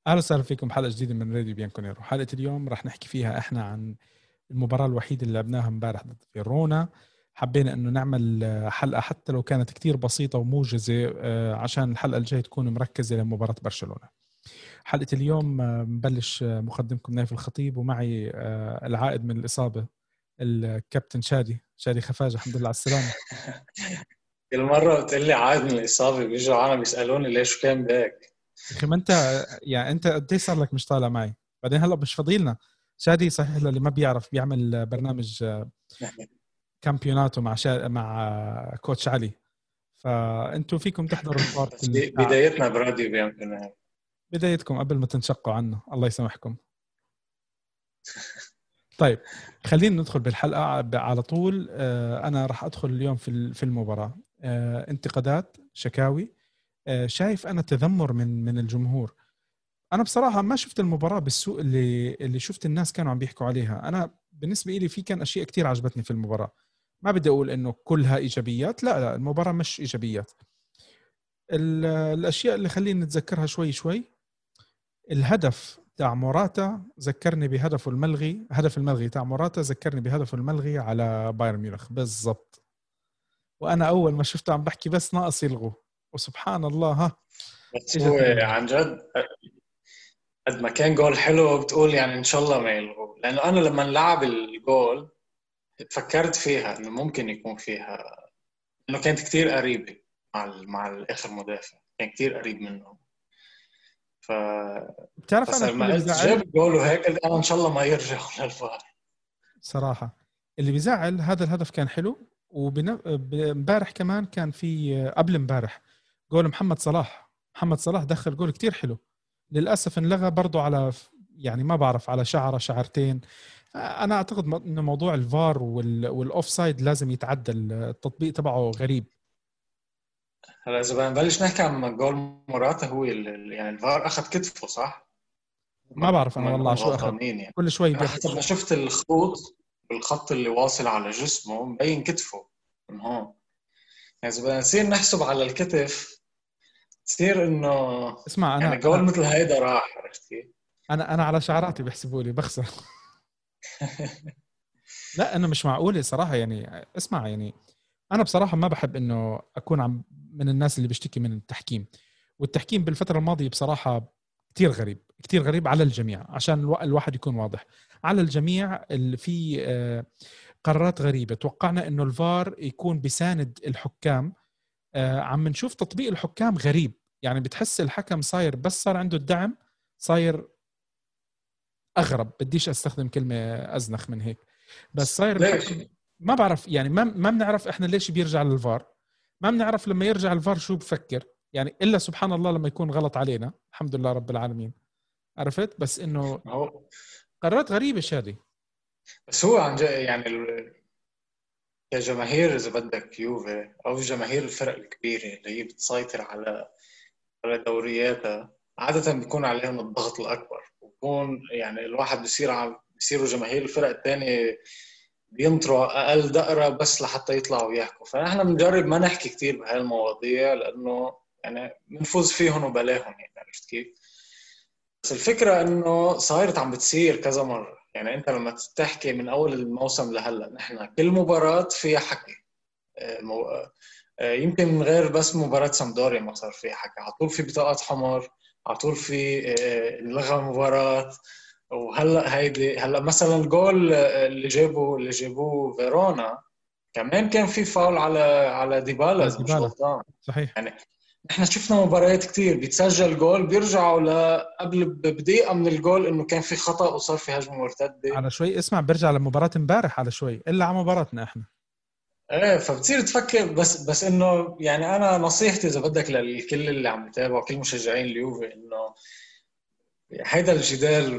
أهلا وسهلا فيكم بحلقة جديدة من راديو بيانكونيرو. حلقة اليوم رح نحكي فيها إحنا عن المباراة الوحيدة اللي لعبناها امبارح ضد فيرونا. حبينا إنه نعمل حلقة حتى لو كانت كتير بسيطة وموجزة، عشان الحلقة الجاية تكون مركزة لمباراة برشلونة. حلقة اليوم مبلش مقدمكم نايف الخطيب، ومعي العائد من الإصابة الكابتن شادي خفاجة. الحمد لله على السلامة. كل مرة بتقول لي عاد من الإصابة بيجوا عنا بيسألوني ليش كان باك. أخي ما أنت، يعني أنت قد إيه صار لك مش طالع معي؟ بعدين هلا مش فاضيلنا. شادي صحيح للي ما بيعرف بيعمل برنامج كامبيوناتو مع كوتش علي، فانتوا فيكم تحضروا البارت بس بتاع بدايتنا براديو بيمكن. بدايتكم قبل ما تنشقوا عنا، الله يسامحكم. طيب خلينا ندخل بالحلقة على طول. أنا راح أدخل اليوم في المباراة. انتقادات، شكاوي. شايف أنا تذمر من الجمهور. أنا بصراحة ما شفت المباراة بالسوء اللي شفت الناس كانوا عم بيحكوا عليها. أنا بالنسبة لي في كان أشياء كتير عجبتني في المباراة. ما بدي أقول إنه كلها إيجابيات، لا المباراة مش إيجابيات. الأشياء اللي خلينا نتذكرها شوي شوي. الهدف تاع موراتا ذكرني بهدفه الملغي، هدف الملغي تاع موراتا ذكرني بهدفه الملغي على بايرن ميونخ بالضبط. وأنا أول ما شفته عم بحكي بس ناقص يلغوا، وسبحان الله ها بس هو إجت اللغة. عن جد قد ما كان جول حلو بتقول يعني إن شاء الله ما يلغوا، لأنه أنا لما لعب الجول فكرت فيها إنه ممكن يكون فيها، إنه كانت كتير قريبة مع الآخر مدافع كان كتير قريب منه. ف بتعرف بس أنا شو لما اللي قلت جاب بزعل؟ الجول وهيك قلت أنا إن شاء الله ما يرجعوا للفار. صراحة اللي بزعل هذا الهدف كان حلو، وامبارح كمان كان في، قبل امبارح، جول محمد صلاح دخل جول كتير حلو. للأسف انلغى برضو على، يعني ما بعرف، على شعرة شعرتين. أنا أعتقد إنه موضوع الفار والأوف سايد لازم يتعدل، التطبيق تبعه غريب. هلا إذا بدنا نبلش نحكي عن جول موراتا، هو يعني الفار أخذ كتفه صح؟ ما بعرف أنا ما والله نكون شو أخذ. غلطانين يعني. كل شوي انا بياخذ حسب ما شيء. شفت الخطوط، الخط اللي واصل على جسمه مبين كتفه من هون. يعني اذا بدنا نصير نحسب على الكتف تصير انه اسمع، يعني أنا جول أنا مثل هيدا راح، عرفت كيف؟ أنا على شعراتي بيحسبوا لي بخسر. لا أنا مش معقولة صراحة، يعني اسمع، يعني أنا بصراحة ما بحب إنه أكون من الناس اللي بيشتكي من التحكيم. والتحكيم بالفترة الماضية بصراحة كتير غريب، كتير غريب على الجميع، عشان الواحد يكون واضح. على الجميع اللي في قرارات غريبة. توقعنا إنه الفار يكون بيساند الحكام. عم نشوف تطبيق الحكام غريب. يعني بتحس الحكم صاير، بس صار عنده الدعم، صاير أغرب. بديش أستخدم كلمة أزنخ من هيك، بس صاير ليش؟ الحكم. ما بعرف، يعني ما بنعرف إحنا ليش بيرجع للفار. ما بنعرف لما يرجع الفار شو بفكر، يعني إلا سبحان الله لما يكون غلط علينا، الحمد لله رب العالمين. عرفت؟ بس إنه هو قرارات غريبة شادي. بس هو عن جد يعني كجماهير اذا بدك يوفي او جماهير الفرق الكبيره اللي هي بتسيطر على دورياتها، عاده بيكون عليهم الضغط الاكبر، وبكون يعني الواحد بيصيروا جماهير الفرق الثانيه بينطروا اقل دقره بس لحتى يطلعوا يحكوا. فنحن بنجرب ما نحكي كثير بهاي المواضيع لانه يعني بنفوز فيهم وبلاهم، يعني عرفت كيف؟ بس الفكره انه صايرت عم بتصير كذا مره. يعني انت لما تحكي من اول الموسم لهلا نحن كل مباراه فيها حكي. يمكن من غير بس مباراة سامدوريا ما صار فيها حكي، على طول في بطاقات حمر، على طول في لغة مباراة. وهلا هلا مثلا الجول اللي جابوه فيرونا كمان كان في فاول على ديبالا على اذا مش ديبالا. غلطان. صحيح. يعني احنا شفنا مباريات كتير بيتسجل جول بيرجعوا قبل بدقيقة من الجول انه كان في خطأ وصار في هجمة مرتدة. على شوي اسمع، برجع لمباراة امبارح على شوي، إلا على مباراتنا إحنا. ايه فبتصير تفكر، بس انه يعني انا نصيحتي اذا بدك للكل اللي عم يتابع كل مشجعين اليوفي انه هيدا الجدال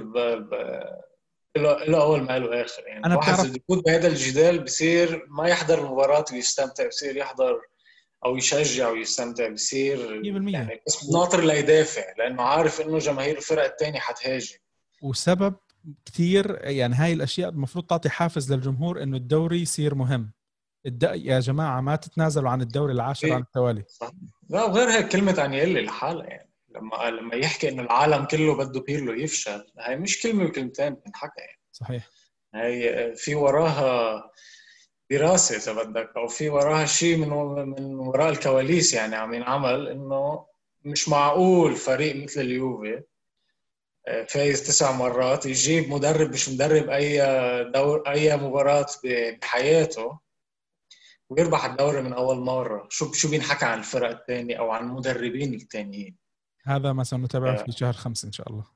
له اول ما له اخر. يعني أنا الواحد بتعرف اذا يفوت بهذا الجدال بصير ما يحضر المباراة ويستمتع، بصير يحضر او يشجع ويستمتع، بصير 100%. يعني بس ناطر ليدافع لانه عارف انه جماهير الفرق الثانيه حتهاجم. وسبب كتير، يعني هاي الأشياء المفروض تعطي حافز للجمهور إنه الدوري يصير مهم. يا جماعة ما تتنازلوا عن الدوري العاشر على في التوالي. صح. لا وغير هيك كلمة انيلي لحالها يعني لما يحكي انه العالم كله بده بيرلو يفشل، هاي مش كلمه وكلمتين بتنحكى يعني. صحيح. هي في وراها دراسه اذا بدك، او في وراها شيء من وراء الكواليس يعني عم ينعمل. انه مش معقول فريق مثل اليوفي فايز 9 مرات يجيب مدرب مش مدرب اي مباراه بحياته ويربح الدوري من اول مره. شو بينحكى عن الفرق الثانيه او عن المدربين الثانيين؟ هذا ما سنتابعه في شهر 5 إن شاء الله.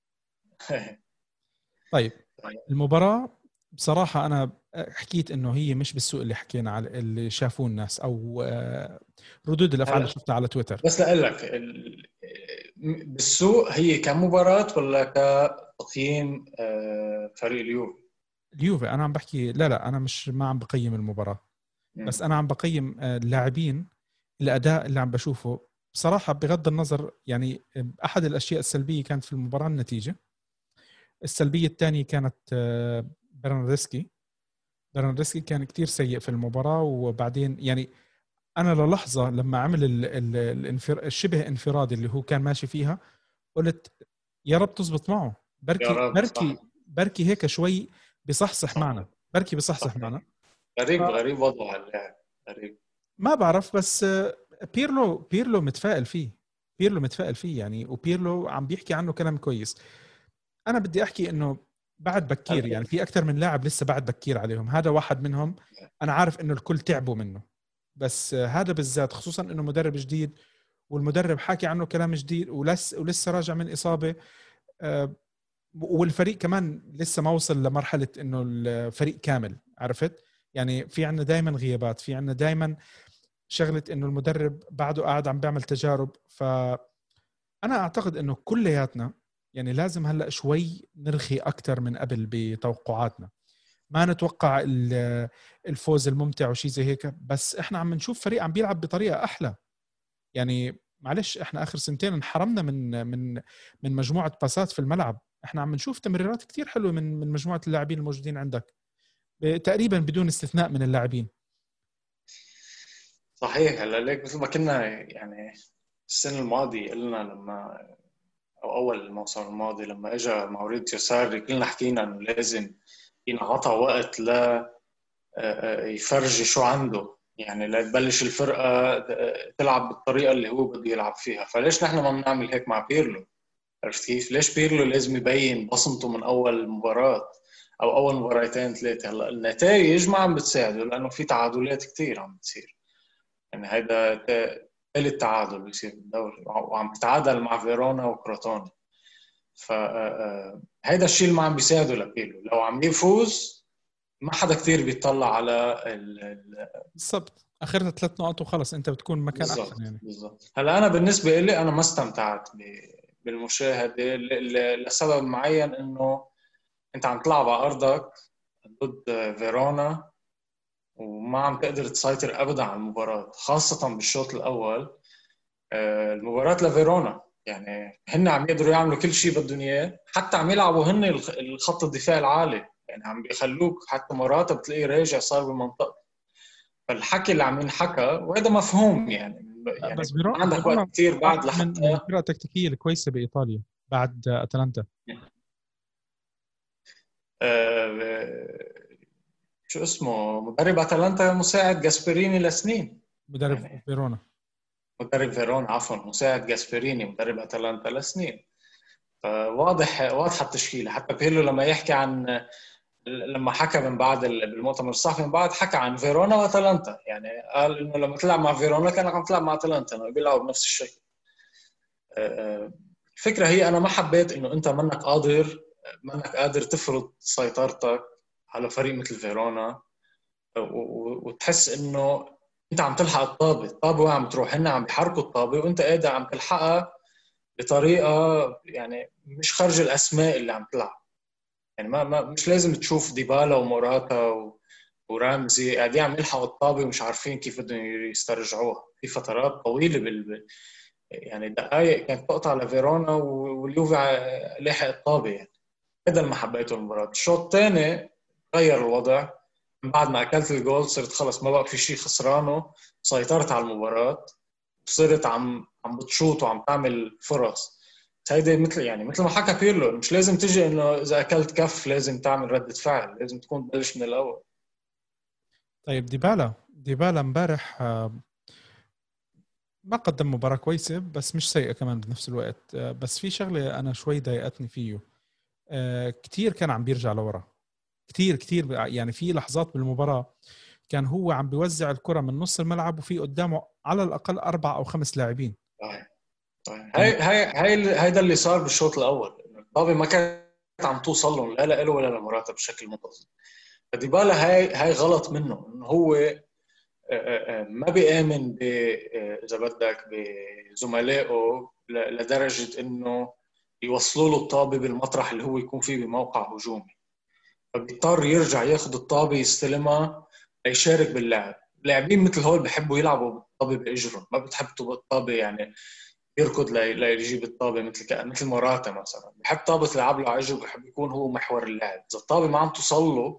طيب المباراة بصراحة أنا حكيت إنه هي مش بالسوء اللي حكينا على اللي شافوه الناس أو ردود الأفعال اللي شفتها على تويتر. بس لأقول لك بالسوق هي كمباراة ولا كتقييم فريق اليوفي أنا عم بحكي، لا أنا مش ما عم بقيم المباراة، بس أنا عم بقيم اللاعبين، الأداء اللي عم بشوفه بصراحة بغض النظر. يعني أحد الأشياء السلبية كانت في المباراة النتيجة، السلبية الثانية كانت برناردسكي كان كتير سيء في المباراة. وبعدين يعني أنا للحظة لما عمل الشبه انفراد اللي هو كان ماشي فيها قلت يا رب تزبط معه، يا رب. صح. بركي هيك شوي بصحصح معنا، بركي بصحصح معنا. غريب وضعه اللاعب، غريب. ما بعرف، بس بيرلو متفائل فيه، يعني، وبيرلو عم بيحكي عنه كلام كويس. أنا بدي أحكي إنه بعد بكير، يعني في أكثر من لاعب لسه بعد بكير عليهم، هذا واحد منهم. أنا عارف إنه الكل تعبوا منه، بس هذا بالذات خصوصا إنه مدرب جديد، والمدرب حاكي عنه كلام جديد ولسه راجع من إصابة، والفريق كمان لسه ما وصل لمرحلة إنه الفريق كامل، عرفت؟ يعني في عنا دايما غيابات، في عنا دايما شغلة إنه المدرب بعده قاعد عم بيعمل تجارب. فأنا أعتقد إنه كلياتنا يعني لازم هلأ شوي نرخي أكتر من قبل بتوقعاتنا، ما نتوقع الفوز الممتع وشي زي هيك، بس إحنا عم نشوف فريق عم بيلعب بطريقة أحلى. يعني معلش إحنا آخر سنتين انحرمنا من مجموعة باسات في الملعب، إحنا عم نشوف تمريرات كتير حلوة من مجموعة اللاعبين الموجودين عندك تقريبا بدون استثناء من اللاعبين. صحيح. هلا ليك مثل ما كنا يعني السنة الماضية قلنا أو أول الموسم الماضي لما إجا ماوريتيو ساري، كلنا حكينا إنه لازم ينعطى وقت لا يفرجي شو عنده، يعني لا تبلش الفرقة تلعب بالطريقة اللي هو بده يلعب فيها. فليش نحن ما بنعمل هيك مع بيرلو؟ عرفت كيف؟ ليش بيرلو لازم يبين بصمته من أول مباراة أو أول مباراتين ثلاثة؟ هلا النتائج ما عم بتساعده لأنه في تعادلات كتير عم بتصير. يعني هيدا ثالث تعادل بيصير بالدوري، وعم بتعادل مع فيرونا وكروتوني. فهيدا الشيء اللي ما عم بيساعده لبيرلو. لو عم يفوز ما حدا كتير بيطلع على بالضبط، اخرها 3 نقط وخلص انت بتكون مكان احسن يعني. بالضبط. هلا انا بالنسبه لي انا ما استمتعت بالمشاهده لسبب معين، انه انت عم تلعب على ارضك ضد فيرونا وما عم تقدر تسيطر ابدا على المباراه، خاصه بالشوط الاول. المباراه لفيرونا يعني هن عم يقدروا يعملوا كل شيء بدهم اياه، حتى عم يلعبوا هن الخط الدفاع العالي، يعني عم بيخلوك حتى مرات بتلاقيه راجع صار بمنطقه. فالحكي اللي عم ينحكى وهذا مفهوم يعني بس ما عندك فيرونا وقت كثير بعد واحد لحتى من الفرق التكتيكيه الكويسه بايطاليا بعد اتلانتا. آه، شو اسمه مدرب اتلانتا مساعد جاسبريني لسنين. مدرب يعني فيرونا. مدرب فيرون عفوا مساعد جاسبريني مدرب اتلانتا لسنين. واضحه التشكيله. حتى بيرلو لما يحكي عن لما حكى من بعد بالمؤتمر الصحفي من بعد حكى عن فيرونا واتلانتا، يعني قال انه لما تلعب مع فيرونا كانك عم تلعب مع اتلانتا، انه بيلعبوا بنفس الشكل. الفكره هي انا ما حبيت انه انت منك قادر تفرض سيطرتك على فريق مثل فيرونا، وتحس انه انت عم تلحق الطابه وين عم تروح، هن عم بيحركوا الطابه وانت قادر عم تلحقها بطريقه يعني مش خارج الاسماء اللي عم تلعب. يعني مش لازم تشوف ديبالا وموراتا ورامزي قاعدين عم يلحقوا الطابه ومش عارفين كيف بدهم يسترجعوها في فترات طويله يعني دقائق كانت تقطع لفيرونا واليوفي لاحق الطابه. يعني هذا اللي ما حبيته المباراه. الشوط الثاني غير الوضع، من بعد ما اكلت الجول صرت خلص ما بقى في شيء خسرانه، سيطرت على المباراه، صرت عم بتشوط وعم تعمل فرص. هيدي مثل ما حكى بيرلو، مش لازم تجي انه اذا اكلت كف لازم تعمل ردة فعل، لازم تكون تبلش من الاول. طيب ديبالا امبارح ما قدم مباراة كويسة بس مش سيئة كمان بنفس الوقت. بس في شغلة أنا شوي ضايقتني فيه. كتير كان عم بيرجع لورا، كتير يعني في لحظات بالمباراة كان هو عم بيوزع الكرة من نص الملعب وفي قدامه على الأقل 4 أو 5 لاعبين. طيب طيب، يعني هيدا اللي صار بالشوط الاول، إنه الطابه ما كانت عم توصل لهم لا له ولا لمراته بشكل منتظم. فديبالا هاي غلط منه، انه هو ما بيآمن اذا بدك بزملائه لدرجه انه يوصلوا له الطابه بالمطرح اللي هو يكون فيه بموقع هجومي، فبيضطر يرجع ياخذ الطابه يستلمها ليشارك باللعب. لاعبين مثل هول بحبوا يلعبوا بالطابه باجرهم، ما بتحبوا بالطابه يعني يركض ليجيب الطابه مثل موراتا مثلا، بحب طابه تلعب له على اجره، بحب يكون هو محور اللعب. اذا الطابه ما عم توصل له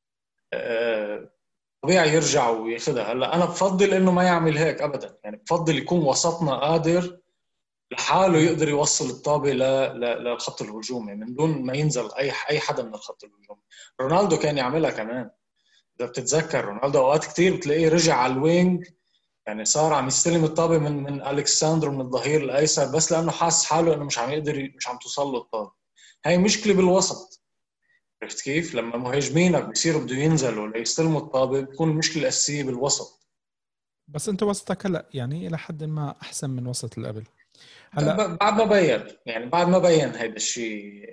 طبيعي يرجع وياخذها. هلا انا بفضل انه ما يعمل هيك ابدا، يعني بفضل يكون وسطنا قادر لحاله يقدر يوصل الطابه للخط الهجومي من دون ما ينزل اي حدا من الخط الهجومي. رونالدو كان يعملها كمان، اذا بتتذكر رونالدو اوقات كثير بتلاقيه رجع على الوينج، يعني صار عم يستلم الطابه من الكساندرو من الظهير الايسر، بس لانه حاس حاله انه مش عم توصل له الطابه. هاي مشكله بالوسط. عرفت كيف؟ لما مهاجمينك بصيروا بده ينزلوا ليستلموا الطابه، بتكون المشكله الاساسيه بالوسط. بس أنت وسطك هلا يعني إلى حد ما أحسن من وسط اللي قبل. هلا بعد ما بين، يعني بعد ما بين هيدا الشيء،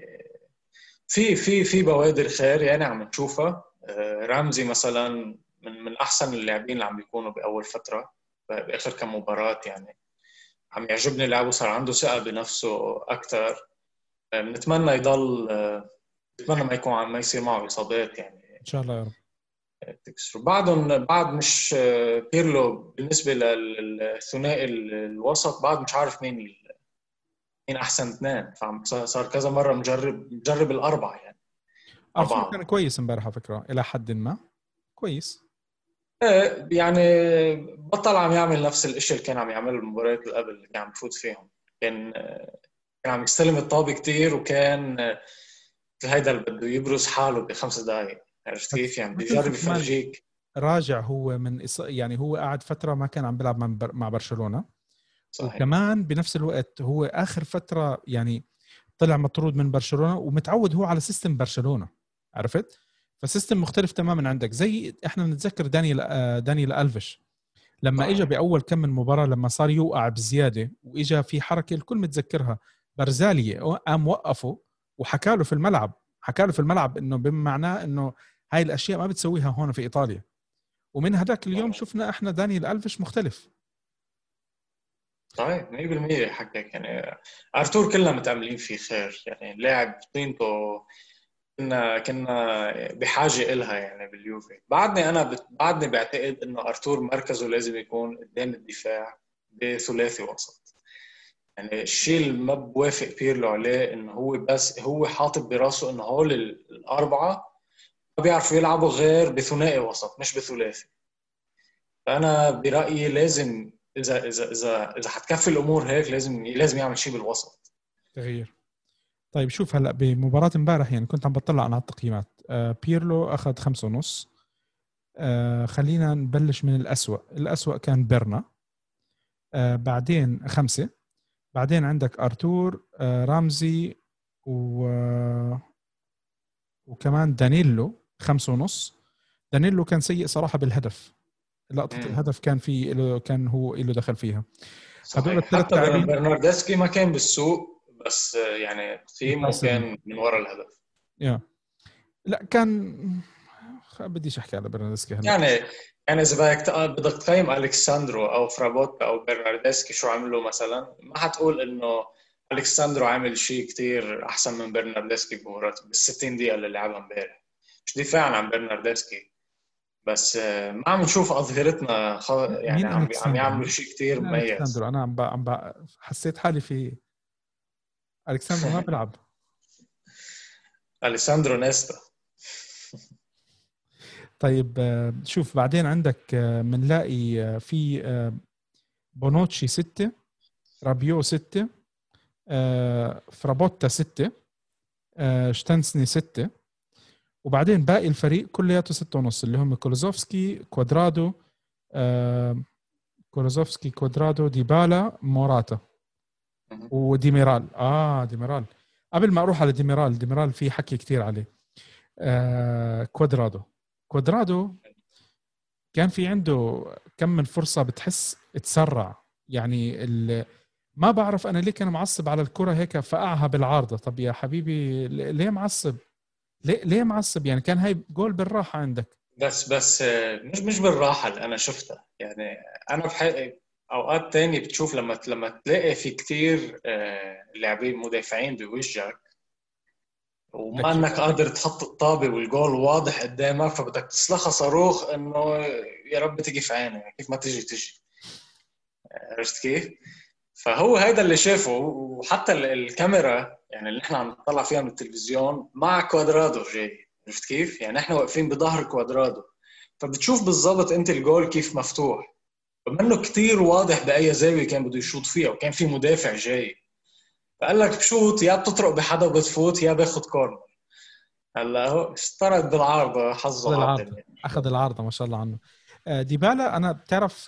في بوادر خير يعني عم نشوفها. رمزي مثلا من احسن اللاعبين اللي عم بيكونوا باول فتره، باخر كم مباراه يعني عم يعجبني لعبه، صار عنده ثقه بنفسه اكثر. بنتمنى يضل، بنتمنى ما يكون ما يصير معه اصابات يعني إن شاء الله يا رب. تكسر بعدهم. بعد مش بيرلو بالنسبه للثنائي الوسط، بعد مش عارف مين احسن اثنين، صار كذا مره مجرب الاربعه يعني مع أرثور كان بعض. كويس امبارح على فكرة إلى حد ما كويس. ايه يعني بطل عم يعمل نفس الاشي اللي كان عم يعمله المباريات اللي قبل اللي كان عم يفوت فيهم. كان عم يستلم الطابة كتير، وكان هيدا اللي بده يبرز حاله ب5 دقائق. عرفت كيف؟ يعني بده بتنسى يجرب كمان يفرجيك. راجع هو يعني هو قعد فترة ما كان عم بيلعب مع برشلونة. صحيح. وكمان بنفس الوقت هو آخر فترة يعني طلع مطرود من برشلونة ومتعود هو على سيستم برشلونة. عرفت؟ فسيستم مختلف تماما عندك. زي احنا بنتذكر دانيال ألفيش لما اجى صحيح. باول كم من مباراه لما صار يوقع بزياده واجى في حركه الكل متذكرها برزاليه قام وقفه وحكى له في الملعب، حكى له في الملعب انه بما معناه انه هاي الاشياء ما بتسويها هون في ايطاليا. ومن هذاك اليوم صحيح. شفنا احنا دانيال ألفيش مختلف. صحيح 100% حكيك يعني. ارتور كلنا متأملين فيه خير، يعني لاعب طينته كنا بحاجة إلها يعني باليوفي. بعدني بعتقد إنه أرتور مركزه لازم يكون قدام الدفاع بثلاثي وسط. يعني الشيء اللي ما بوافق بيرلو عليه إنه هو بس هو حاطط براسه إنه هول الأربعة ما بيعرفوا يلعبوا غير بثنائي وسط مش بثلاثي. فأنا برأيي لازم، إذا حتكفي الأمور هيك، لازم يعمل شيء بالوسط. تغيير. طيب شوف هلا بمباراة امبارح يعني كنت عم بطلع على التقييمات. بيرلو اخذ 5.5. خلينا نبلش من الأسوأ كان بيرنا. بعدين 5. بعدين عندك أرتور، رامزي، و... وكمان دانيلو 5.5. دانيلو كان سيء صراحة بالهدف. لقطة امم الهدف كان هو له دخل فيها. هدول صحيح. الثلاث حتى لاعبين برناردسكي ما كان بالسوق، بس يعني تقييمه متأثرين. كان من وراء الهدف. يا لا كان بديش احكي على برناردسكي هلا. يعني اذا بدك تقيم الكساندرو او فرابوتا او برناردسكي شو عملوا مثلا، ما حتقول انه الكساندرو عامل شيء كتير احسن من برناردسكي بمباراة بال60 دقيقة اللي لعبها امبارح. مش دفاعا عن برناردسكي، بس ما عم نشوف اظهرتنا يعني مين عم الكساندرو؟ يعملوا شيء كتير مين مميز. الكساندرو؟ انا حسيت حالي في الكساندرو ما بيلعب. اليساندرو نيستا. طيب شوف بعدين عندك بنلاقي في بونوتشي 6. رابيو 6، فرابوتا 6، شتنسني 6، وبعدين باقي الفريق كلياته 6.5 اللي هم كولوزوفسكي، كوادرادو، كوادرادو، ديبالا، موراتا وديميرال. ديميرال. قبل ما اروح على ديميرال في حكي كتير عليه. كوادرادو كان في عنده كم من فرصة بتحس تسرع، يعني ما بعرف أنا ليه كان معصب على الكرة هيك فقعها بالعارضة. طب يا حبيبي ليه معصب؟ ليه معصب؟ يعني كان هاي جول بالراحة عندك. بس مش بالراحة اللي أنا شفتها يعني. أنا أوقات تاني بتشوف لما تلاقي في كتير لاعبين مدافعين بوجهك، وما بدك انك قادر تحط الطابة والجول واضح قدامك، فبدك تسلخها صاروخ انه يا رب تيجي في عيني، كيف ما تجي. عرفت كيف؟ فهو هذا اللي شافه. وحتى الكاميرا يعني اللي احنا عم نطلع فيها من التلفزيون مع كوادرادو جاي. عرفت كيف؟ يعني احنا واقفين بظهر كوادرادو، فبتشوف بالضبط انت الجول كيف مفتوح، بما كتير واضح بأي زاوية كان بده يشوط فيها، وكان في مدافع جاي. فقال لك بشوط يا بتطرق بحدا وبتفوت يا باخد كورنر. هلا هو اشترط بالعارضة، أخذ حظه العارضة، عدل أخذ العارضة ما شاء الله عنه. ديبالا أنا بتعرف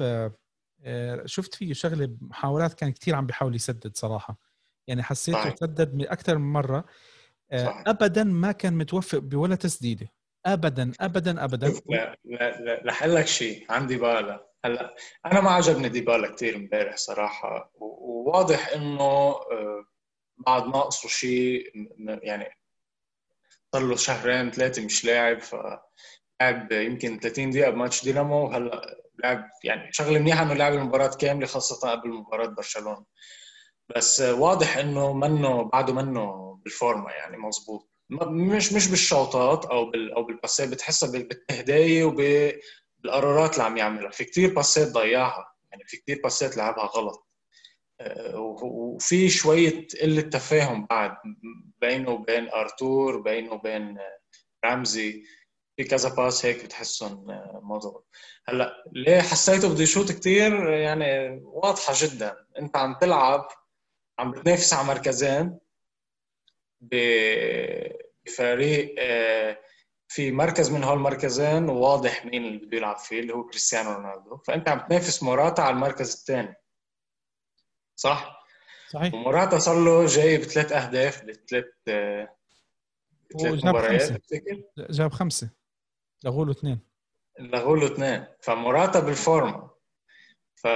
شفت فيه شغلة، محاولات كان كتير عم بيحاول يسدد صراحة، يعني حسيته صحيح سدد من أكثر من مرة. صحيح. أبدا ما كان متوفق بولا تسديدة، أبدا أبدا أبدا. شوف، لا رح اقول لك شيء عن ديبالا. هلا انا ما عجبني ديبالا كثير امبارح صراحه، وواضح انه بعد ناقصه شيء يعني. صار له شهرين ثلاثه مش لاعب، فلعب يمكن 30 دقيقه بماتش دينامو، وهلا لعب يعني شغله منيحه انه لعب المباراه كامله، خاصه قبل مباراه برشلونه. بس واضح انه بعده منه بالفورمه يعني مزبوط. مش بالشوطات او بالباسات، بتحسها بالتهدايه وبالقرارات اللي عم يعملها. في كتير باسات ضيعها، يعني في كتير باسات لعبها غلط. وفي شويه قله تفاهم بعد بينه وبين ارتور، بينه وبين رمزي. في كذا باس هيك بتحسهم ما ضبط. هلا ليه حسيته بده يشوط كتير؟ يعني واضحه جدا، انت عم تلعب، عم بتنافس على مركزين بفريق في مركز من هالمركزين واضح مين اللي بده يلعب فيه، اللي هو كريستيانو رونالدو. فانت عم تنافس موراتا على المركز الثاني، صح؟ صحيح. وموراتا صار له جاي بثلاث اهداف بثلاث وجاب مباريات 5، بفتكر. جاب 5 لغوله 2. لغوا له اثنين، فموراتا بالفورمه. ف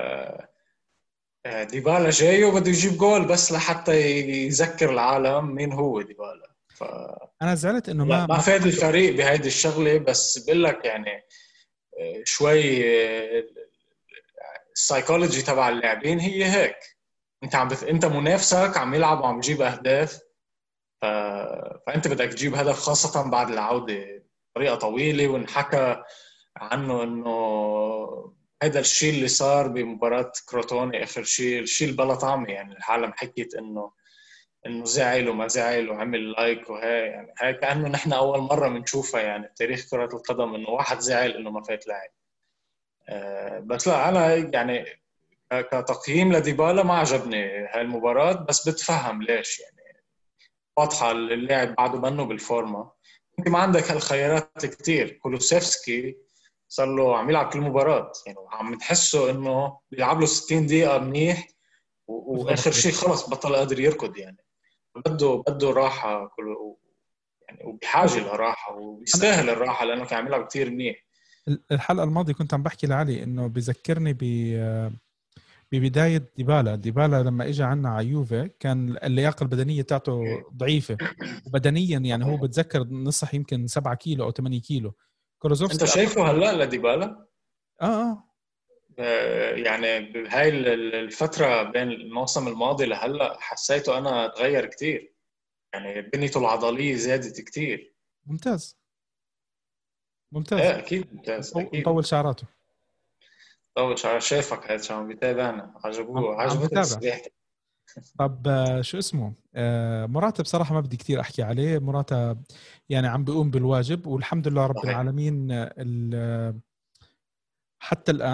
ديبالا جاي وبده يجيب جول بس لحتى يذكر العالم مين هو ديبالا. انا زعلت انه لا، ما ما ما فاد فتحوا له. الفريق بهيدي الشغله. بس بقول لك يعني شوي السايكولوجي تبع اللاعبين هي هيك. انت منافسك عم يلعب وعم يجيب اهداف، ف... فانت بدك تجيب هدف، خاصه بعد العوده طريقه طويله، وانحكى عنه انه هذا الشيء اللي صار بمباراه كروتوني اخر شيء، الشيء اللي بلا طعمه. يعني العالم حكيت انه زعل وما زعل وعمل لايك وهي، يعني هاي كانه نحن اول مره بنشوفها يعني بتاريخ كره القدم، انه واحد زعل انه ما فات لاعب. بس لا، انا يعني كتقييم لديبالا ما عجبني هاي المباراه، بس بتفهم ليش يعني. واضحه اللاعب بعده منه بالفورمه. انت ما عندك هالخيارات كثير. كولوسيفسكي صار له عم يلعب كل مباراه، يعني عم تحسه انه بيلعب له 60 دقيقه منيح، بالضبط. واخر شيء خلص بطل قادر يركض يعني. بده راحه يعني، وبحاجه لراحه، انا ويستاهل الراحه لانه كان عم يلعب كثير منيح. الحلقه الماضيه كنت عم بحكي لعلي انه بذكرني ببدايه ديبالا لما اجى عنا على يوفي كان اللياقه البدنيه تاعته ضعيفه، وبدنيا يعني هو صحيح. بتذكر نصح يمكن 7 كيلو او 8 كيلو. انت كولوزوفسكي شايفه هلا لديبالا اه يعني بهاي الفتره بين الموسم الماضي لهلا حسيته انا تغير كثير، يعني بنيته العضليه زادت كثير. ممتاز. ممتاز. ايه اكيد ممتاز اكيد. مطول شعراته. طول شافك هذا عم بيتابعنا، عم عجبته بتابع. تسبيحتك. طب شو اسمه مراتا بصراحة ما بدي كتير أحكي عليه. مراتا يعني عم بيقوم بالواجب والحمد لله رب صحيح. العالمين. حتى الآن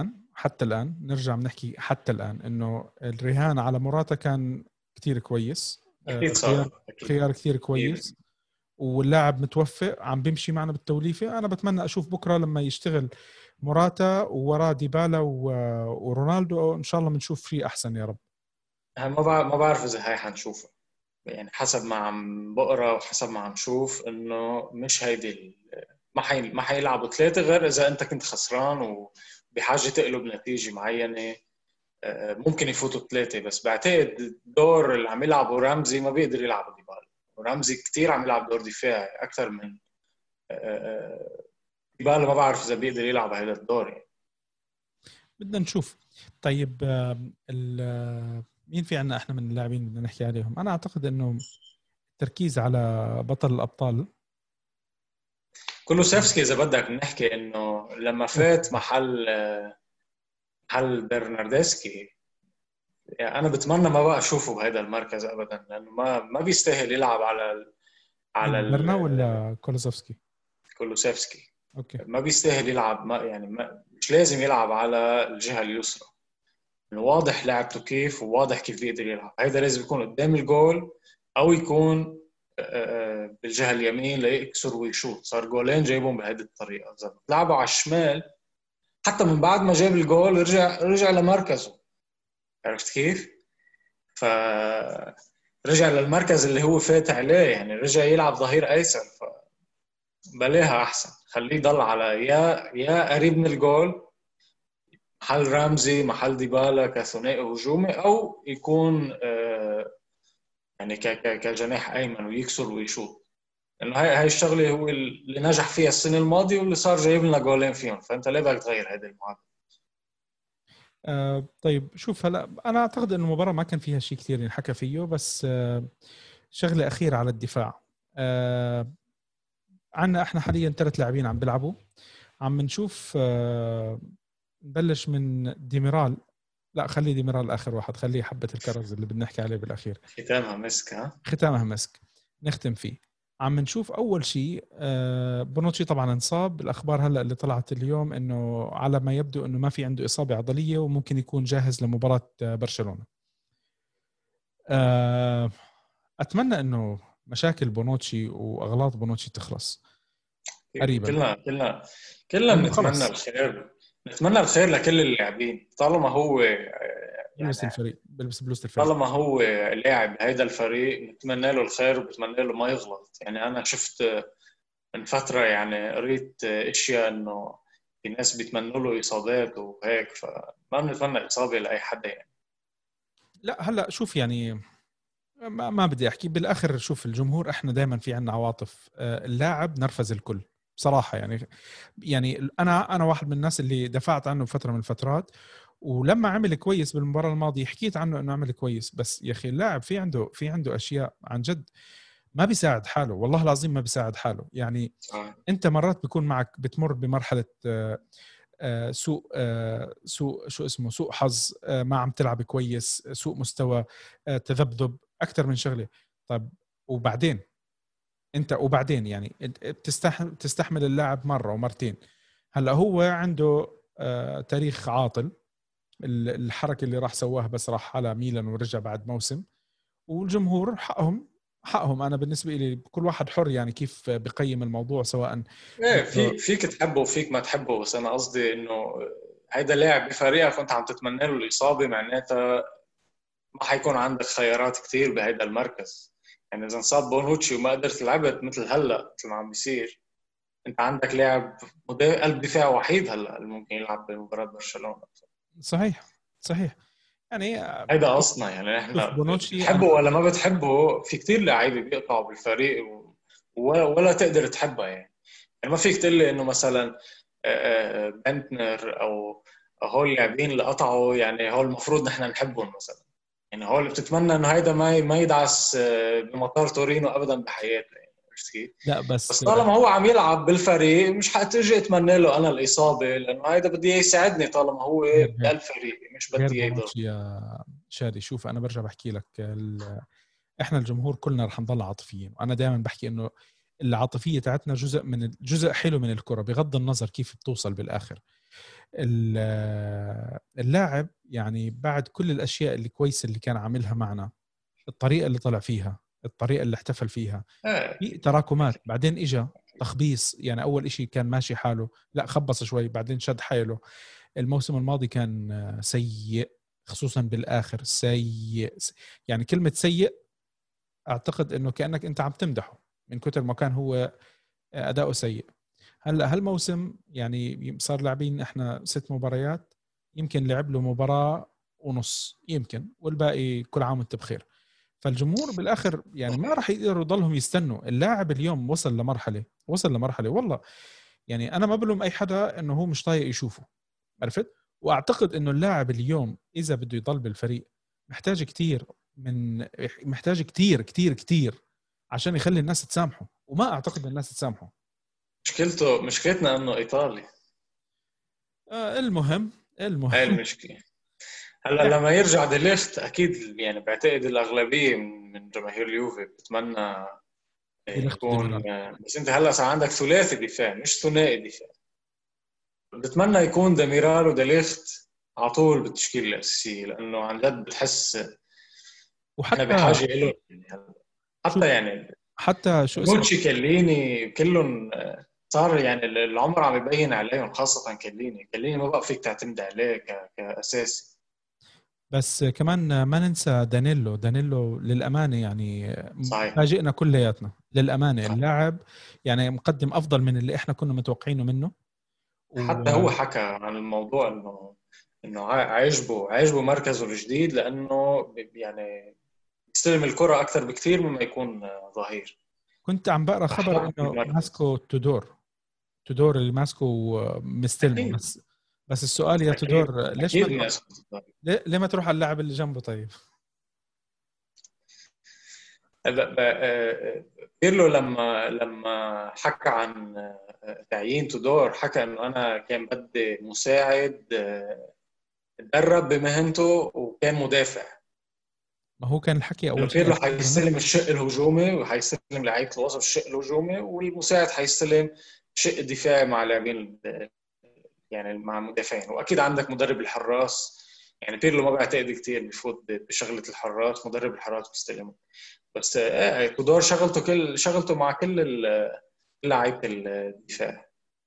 حتى الآن، نرجع بنحكي حتى الآن إنه الرهان على موراتا كان كتير كويس. اكيد خيار صار اكيد خيار كتير كثير. كويس، واللاعب متوفق عم بيمشي معنا بالتوليفة. أنا بتمنى أشوف بكرة لما يشتغل موراتا ووراه ديبالا ورونالدو، إن شاء الله بنشوف شيء أحسن يا رب. ما بعرف اذا هاي حنشوفها، يعني حسب ما عم بقرا وحسب ما عم شوف انه مش هيدي ما حيلعبوا ثلاثه غير اذا انت كنت خسران وبحاجه تقلب نتيجه معينه. ممكن يفوتوا ثلاثه، بس بعتقد الدور اللي عم يلعبه رمزي ما بيقدر يلعب ديبالا، ورمزي كتير عم يلعب دور دفاعي اكثر من ديبالا. ما بعرف اذا بيقدر يلعب هذا الدور يعني. بدنا نشوف. طيب مين في عنا احنا من اللاعبين بدنا نحكي عليهم؟ انا اعتقد انه التركيز على بطل الابطال كولوسيفسكي اذا بدك نحكي انه لما فات محل برناردسكي، يعني انا بتمنى ما بقى اشوفه بهذا المركز ابدا، لانه ما بيستاهل يلعب على برنا ولا كولوسوفسكي؟ كولوسيفسكي. اوكي. ما بيستاهل يلعب، مش لازم يلعب على الجهه اليسرى. واضح لعبته كيف، وواضح كيف بيقدر يلعب. هيدا لازم يكون قدام الجول او يكون بالجهه اليمين ليكسر ويشوط. صار جولين جايبهم بهذه الطريقه. اذا لعبوا على الشمال حتى من بعد ما جاب الجول رجع لمركزه. عرفت كيف؟ فرجع للمركز اللي هو فات عليه، يعني رجع يلعب ظهير ايسر. فبلاها احسن، خليه يضل على يا قريب من الجول محل رامزي محل ديبالا كثنائي هجومي، او يكون يعني كجناح ايمن ويكسر ويشوط. لانه هاي الشغله هو اللي نجح فيها السنه الماضيه واللي صار جايب لنا جولين فيهم. فانت ليه بدك تغير هذه المعادله؟ طيب شوف، هلا انا اعتقد انه المباراه ما كان فيها شيء كثير ينحكى فيه، بس شغله اخيره على الدفاع. عندنا احنا حاليا 3 لاعبين عم بيلعبوا. عم نشوف نبلش من ديميرال. لا، خلي ديميرال اخر واحد، خليه حبه الكرز اللي بدنا نحكي عليه بالاخير. ختامها مسك. ها ختامها مسك، نختم فيه. عم نشوف اول شيء بونوتشي طبعا انصاب. الاخبار هلا اللي طلعت اليوم انه على ما يبدو انه ما في عنده اصابه عضليه وممكن يكون جاهز لمباراه برشلونه. اتمنى انه مشاكل بونوتشي واغلاط بونوتشي تخلص قريبا، كلنا لانه بنتمنى خلص الخير. نتمنى الخير لكل اللاعبين طالما هو بلبس يعني الفريق، بلبس بلوزة الفريق. طالما هو لاعب هيدا الفريق نتمنى له الخير وبتمنى له ما يغلط. يعني انا شفت من فترة، يعني قريت اشياء انه في ناس بيتمنوا له اصابات وهيك، فما بنتمنى اصابة لاي حدا يعني. لا هلا شوف، يعني ما بدي احكي بالاخر. شوف الجمهور، احنا دائما في عنا عواطف. اللاعب نرفز الكل بصراحه. يعني انا واحد من الناس اللي دفعت عنه فتره من الفترات، ولما عمل كويس بالمباراه الماضيه حكيت عنه انه عمل كويس. بس يا اخي اللاعب في عنده اشياء عن جد ما بيساعد حاله، والله العظيم ما بيساعد حاله. يعني صحيح. انت مرات بيكون معك بتمر بمرحله سوء شو اسمه سوء حظ، ما عم تلعب كويس، سوء مستوى، تذبذب، اكثر من شغله. طيب وبعدين يعني تستحمل اللاعب مره ومرتين. هلا هو عنده تاريخ عاطل. الحركه اللي راح سواها بس راح على ميلان ورجع بعد موسم، والجمهور حقهم. انا بالنسبه لي كل واحد حر يعني كيف بقيم الموضوع، سواء ايه، بده. فيك تحبه وفيك ما تحبه، بس انا قصدي انه هيدا لاعب بفريقك وانت عم تتمنى له الاصابة، معناتها ما حيكون عندك خيارات كتير بهيدا المركز. يعني اذا انصاب بونوتشي وما قدرت لعبت مثل هلا مثل ما عم بيصير، انت عندك لاعب قلب دفاع وحيد هلا اللي ممكن يلعب بمباراة برشلونة. صحيح يعني. هيدا شوف قصنا، يعني شوف احنا بونوتشي بتحبه انا ولا ما بتحبه، في كتير لعيبه بيقطعوا بالفريق ولا تقدر تحبها يعني. ما فيك تقول لي انه مثلا بنتنر او هول اللاعبين اللي قطعوا يعني هول المفروض نحن نحبهم مثلا. يعني هول بتتمنى انه هيدا ما يدعس بمطار تورينو ابدا بحياته يعني. عرفت كيف؟ لا بس بس طالما هو عم يلعب بالفريق مش حتجي اتمنى له انا الاصابه، لانه هيدا بدي اياه يساعدني طالما هو غير بقلب فريق، مش غير بدي اياه يضر. بونوتشي يا شادي. شوف انا برجع بحكي لك احنا الجمهور كلنا رح نضل عاطفيين، وانا دائما بحكي انه العاطفيه تاعتنا جزء حلو من الكره، بغض النظر كيف بتوصل بالاخر. اللاعب يعني بعد كل الأشياء اللي كويسة اللي كان عاملها معنا، الطريقة اللي طلع فيها، الطريقة اللي احتفل فيها، في تراكمات. بعدين إجا تخبيص، يعني أول إشي كان ماشي حاله، لا خبص شوي، بعدين شد حيله. الموسم الماضي كان سيء، خصوصا بالآخر سيء. يعني كلمة سيء أعتقد أنه كأنك أنت عم تمدحه من كتر ما كان هو أداؤه سيء. هلا هالموسم يعني صار لاعبين احنا 6 مباريات، يمكن لعب له مباراة ونص يمكن، والباقي كل عام وانت بخير. فالجمهور بالاخر يعني ما راح يقدروا يضلهم يستنوا. اللاعب اليوم وصل لمرحلة والله، يعني انا ما بلوم اي حدا انه هو مش طايق يشوفه، عرفت. واعتقد انه اللاعب اليوم اذا بده يضل بالفريق محتاج كتير، محتاج كتير كتير كتير عشان يخلي الناس تسامحه، وما اعتقد الناس تسامحه. مشكلتنا انه ايطالي. المهم هاي المهم المشكله. هلا يعني لما يرجع ديليخت اكيد يعني بعتقد الاغلبيه من جماهير اليوفي بتتمنى دي لخت يكون، ديميرال. بس انت هلا صار عندك ثلاثي دفاع مش ثنائي دفاع. بتمنى يكون ديميرال وديليخت على طول بالتشكيله الاساسيه، لانه عن جد بتحس احنا وحتى بحاجه له. شوف، حتى يعني حتى شو اسمه، بونوتشي، كليني، كلهم صار يعني العمر عم يبين عليهم، خاصة كليني ما بقى فيك تعتمد عليه كأساسي. بس كمان ما ننسى دانيلو للأمانة يعني صحيح. فاجئنا كلياتنا للأمانة. صحيح. اللاعب يعني مقدم أفضل من اللي إحنا كنا متوقعينه منه. حتى هو حكى عن الموضوع انه عاجبه مركزه الجديد، لانه يعني بيستلم الكرة اكثر بكثير مما يكون ظهير. وكنت عم بقرأ خبر فحب إنه المركز. ماسكو تودور اللي ماسكه مستلمه. اكيد. بس السؤال يا اكيد. تودور، ليش ما اكيد تروح؟ ناس. ليه ما تروح على اللاعب اللي جنبه طيب؟ بيرلو لما حكى عن تعيين تودور، حكى انه انا كان بدي مساعد تدرب بمهنته وكان مدافع. ما هو كان الحكي انه أول شيء بيرلو أكيد إنه حيستلم نفسه. الشق الهجومي وحيستلم لعيبه الوسط الشق الهجومي، والمساعد حيستلم الشق الدفاعي مع لاعبين يعني مع المدافعين. واكيد عندك مدرب الحراس، يعني بيرلو ما بعتقد كثير بفوت بشغله الحراس، مدرب الحراس بيستلمه. بس تودور شغلته مع كل لعيبه الدفاع.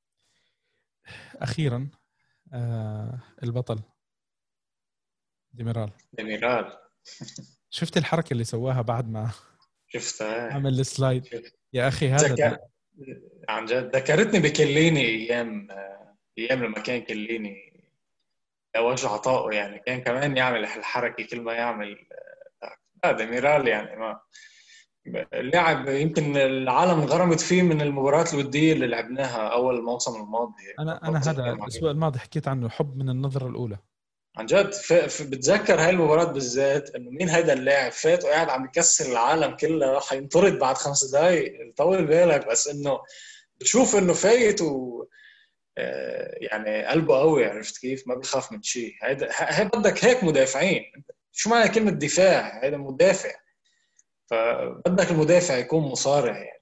أخيرا البطل ديميرال، ديميرال. شفت الحركة اللي سواها بعد ما شفتها. عمل السلايد؟ شفت. يا أخي هذا ذكر عن جد ذكرتني بكليني، ايام لما كان كليني وجه عطائه، يعني كان كمان يعمل الحركه كل ما يعمل. هذا ميرال يعني ما اللاعب يمكن العالم انغرمت فيه من المباريات الوديه اللي لعبناها اول الموسم الماضي. أنا لو هذا بتذكر الأسبوع معي الماضي حكيت عنه، حب من النظرة الأولى. عن جد، بتذكر هاي المباراة بالذات، انه مين هيدا اللاعب فات وقاعد عم يكسر العالم كله، راح ينطرد بعد 5 دقائق. طول بالك بس انه بتشوف انه فايت و يعني قلبه قوي، عرفت كيف؟ ما بيخاف من شيء. هي بدك هيك مدافعين. شو معنى كلمة دفاع؟ هذا مدافع. فبدك المدافع يكون مصارع يعني،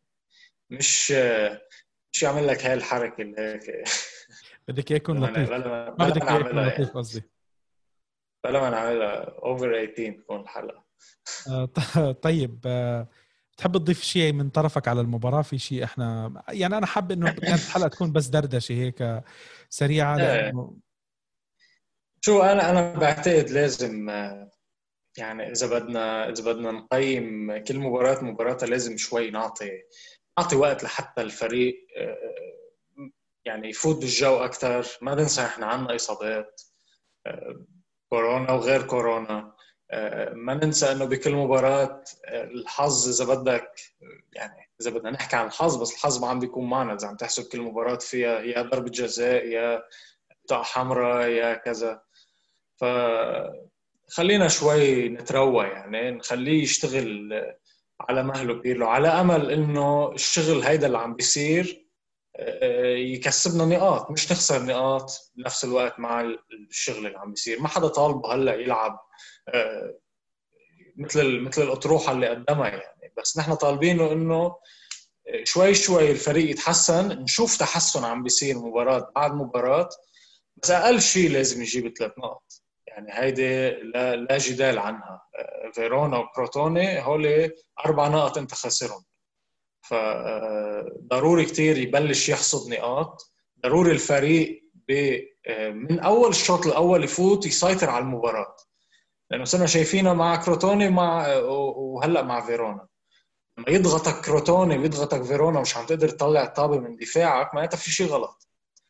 مش يعمل لك هاي الحركة اللي هيك. بدك إياه يكون بلا لطيف، بلا ما بلا بدك إياه يكون نعملها لطيف يعني. قصدي. بلا ما نعملها اوفر 18 تكون الحلقة. طيب بتحب تضيف شيء من طرفك على المباراة؟ في شيء احنا يعني أنا حاب إنه كانت الحلقة تكون بس دردشة هيك سريعة، ايه. لأنه شو انا بعتقد لازم، يعني اذا بدنا نقيم كل مباراتها لازم شوي نعطي وقت لحتى الفريق يعني يفوت بالجو اكثر. ما ننسى احنا عنا اصابات، آه، كورونا وغير كورونا. ما ننسى انه بكل مباراة الحظ اذا بدك، يعني اذا بدنا نحكي عن الحظ، بس الحظ ما عم بيكون معنا اذا عم تحسب كل مباراة فيها يا ضربة جزاء يا بطاقة حمراء يا كذا. فخلينا شوي نتروى، يعني نخليه يشتغل على مهله بيرلو، على امل انه الشغل هيدا اللي عم بيصير يكسبنا نقاط، مش نخسر نقاط بنفس الوقت مع الشغل اللي عم بيصير. ما حدا طالبه هلا يلعب آه، مثل الاطروحه اللي قدمها يعني، بس نحن طالبينه انه شوي شوي الفريق يتحسن، نشوف تحسن عم بيصير مباراه بعد مباراه، بس اقل شيء لازم يجيب 3 نقط، يعني هيدي لا جدال عنها. فيرونا وكروتوني هول 4 نقط انت خسرهم، فضروري كتير يبلش يحصد نقاط. ضروري الفريق من اول الشوط الاول يفوت يسيطر على المباراه، لانه صرنا شايفينه مع كروتوني وهلا مع فيرونا. لما يضغطك كروتوني ويضغطك فيرونا مش عم تقدر تطلع الطابه من دفاعك، معناتها في شيء غلط.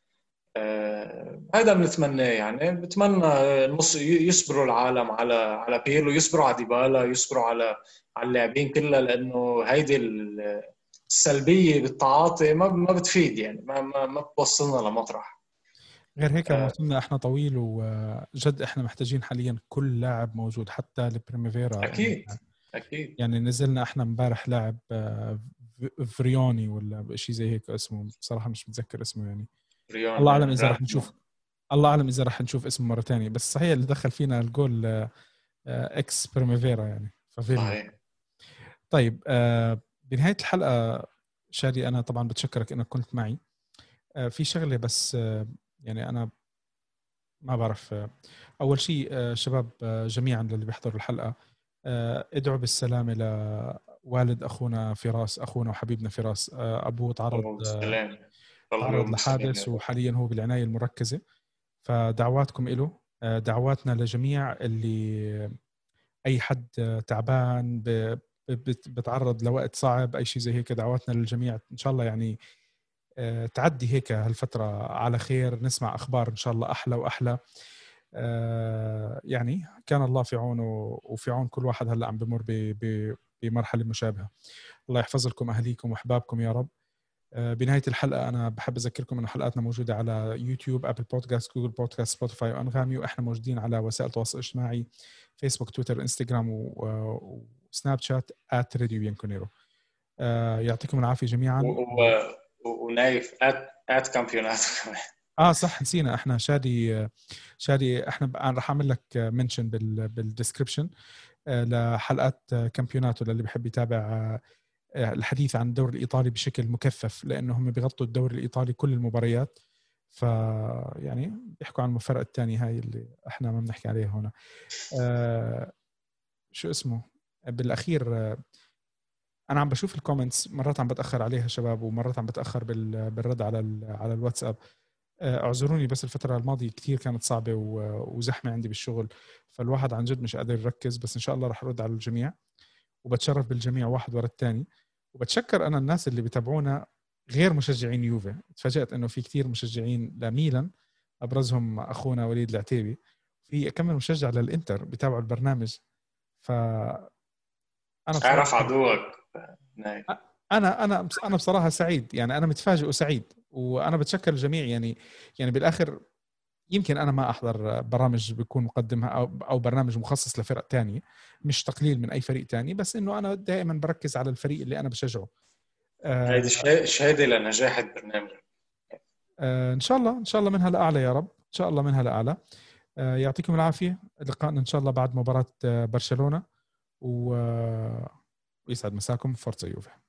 هذا بنتمناه، يعني بتمنى نص يصبروا العالم على بيرلو، يصبروا على ديبالا، يصبروا على اللاعبين كلها، لانه هيدي السلبيه بالتعاطي ما بتفيد، يعني ما بتوصلنا لمطرح. غير هيك موسمنا احنا طويل، وجد احنا محتاجين حاليا كل لاعب موجود حتى البريميفيرا. اكيد اكيد. يعني نزلنا احنا امبارح لاعب فريوني ولا شيء زي هيك اسمه، بصراحه مش متذكر اسمه يعني. الله اعلم اذا رح نشوف، الله اعلم اذا رح نشوف اسمه مره ثانيه، بس صحيح اللي دخل فينا الجول اكس بريميفيرا يعني فافيلو. صحيح. طيب بنهايه الحلقه شادي، انا طبعا بتشكرك انك كنت معي. في شغله بس يعني انا ما بعرف. اول شيء شباب جميعا للي بيحضروا الحلقه، ادعوا بالسلامه لوالد اخونا فراس، اخونا وحبيبنا فراس. ابوه تعرض لحادث وحاليا هو بالعنايه المركزه، فدعواتكم له. دعواتنا لجميع اللي اي حد تعبان بتعرض لوقت صعب، اي شيء زي هيك، دعواتنا للجميع ان شاء الله يعني تعدي هيك هالفتره على خير، نسمع اخبار ان شاء الله احلى واحلى. يعني كان الله في عونه وفي عون كل واحد هلا عم بمر بمرحله مشابهه. الله يحفظ لكم اهاليكم واحبابكم يا رب. بنهايه الحلقه انا بحب اذكركم ان حلقاتنا موجوده على يوتيوب، ابل بودكاست، جوجل بودكاست، سبوتيفاي وانغامي، واحنا موجودين على وسائل التواصل الاجتماعي فيسبوك، تويتر، انستغرام وسناب شات @راديو بيانكونيرو. يعطيكم العافيه جميعا. ونايف كامبيونات صح نسينا، احنا شادي احنا انا راح اعمل لك منشن بالديسكربشن لحلقات كامبيوناتو للي بحب يتابع الحديث عن الدوري الإيطالي بشكل مكثف، لأنه هم بيغطوا الدوري الإيطالي كل المباريات. يعني بيحكوا عن الفرق الثانية هاي اللي احنا ما بنحكي عليها هنا. شو اسمه بالأخير، أنا عم بشوف الكومنتس، مرات عم بتأخر عليها شباب، ومرات عم بتأخر بالرد على الواتساب. اعذروني، بس الفترة الماضية كتير كانت صعبة وزحمة عندي بالشغل، فالواحد عن جد مش قادر يركز، بس إن شاء الله رح أرد على الجميع، وبتشرف بالجميع واحد ورا الثاني. وبتشكر أنا الناس اللي بتابعونا غير مشجعين يوفي. تفاجأت إنه في كتير مشجعين لميلان، أبرزهم أخونا وليد العتيبي، في كم مشجع للإنتر بتابعوا البرنامج. فأنا أعرف عدوك. أنا بصراحة سعيد، يعني أنا متفاجئ وسعيد، وأنا بتشكر الجميع. يعني بالآخر يمكن أنا ما أحضر برامج بيكون مقدمها أو برنامج مخصص لفرق تانية، مش تقليل من أي فريق تاني، بس إنه أنا دائما بركز على الفريق اللي أنا بشجعه. هيدي شهادة لنجاح البرنامج. إن شاء الله منها لأعلى يا رب، إن شاء الله منها لأعلى. يعطيكم العافية، لقاءنا إن شاء الله بعد مباراة برشلونة، ويسعد مساكم. فورتزا يوفي.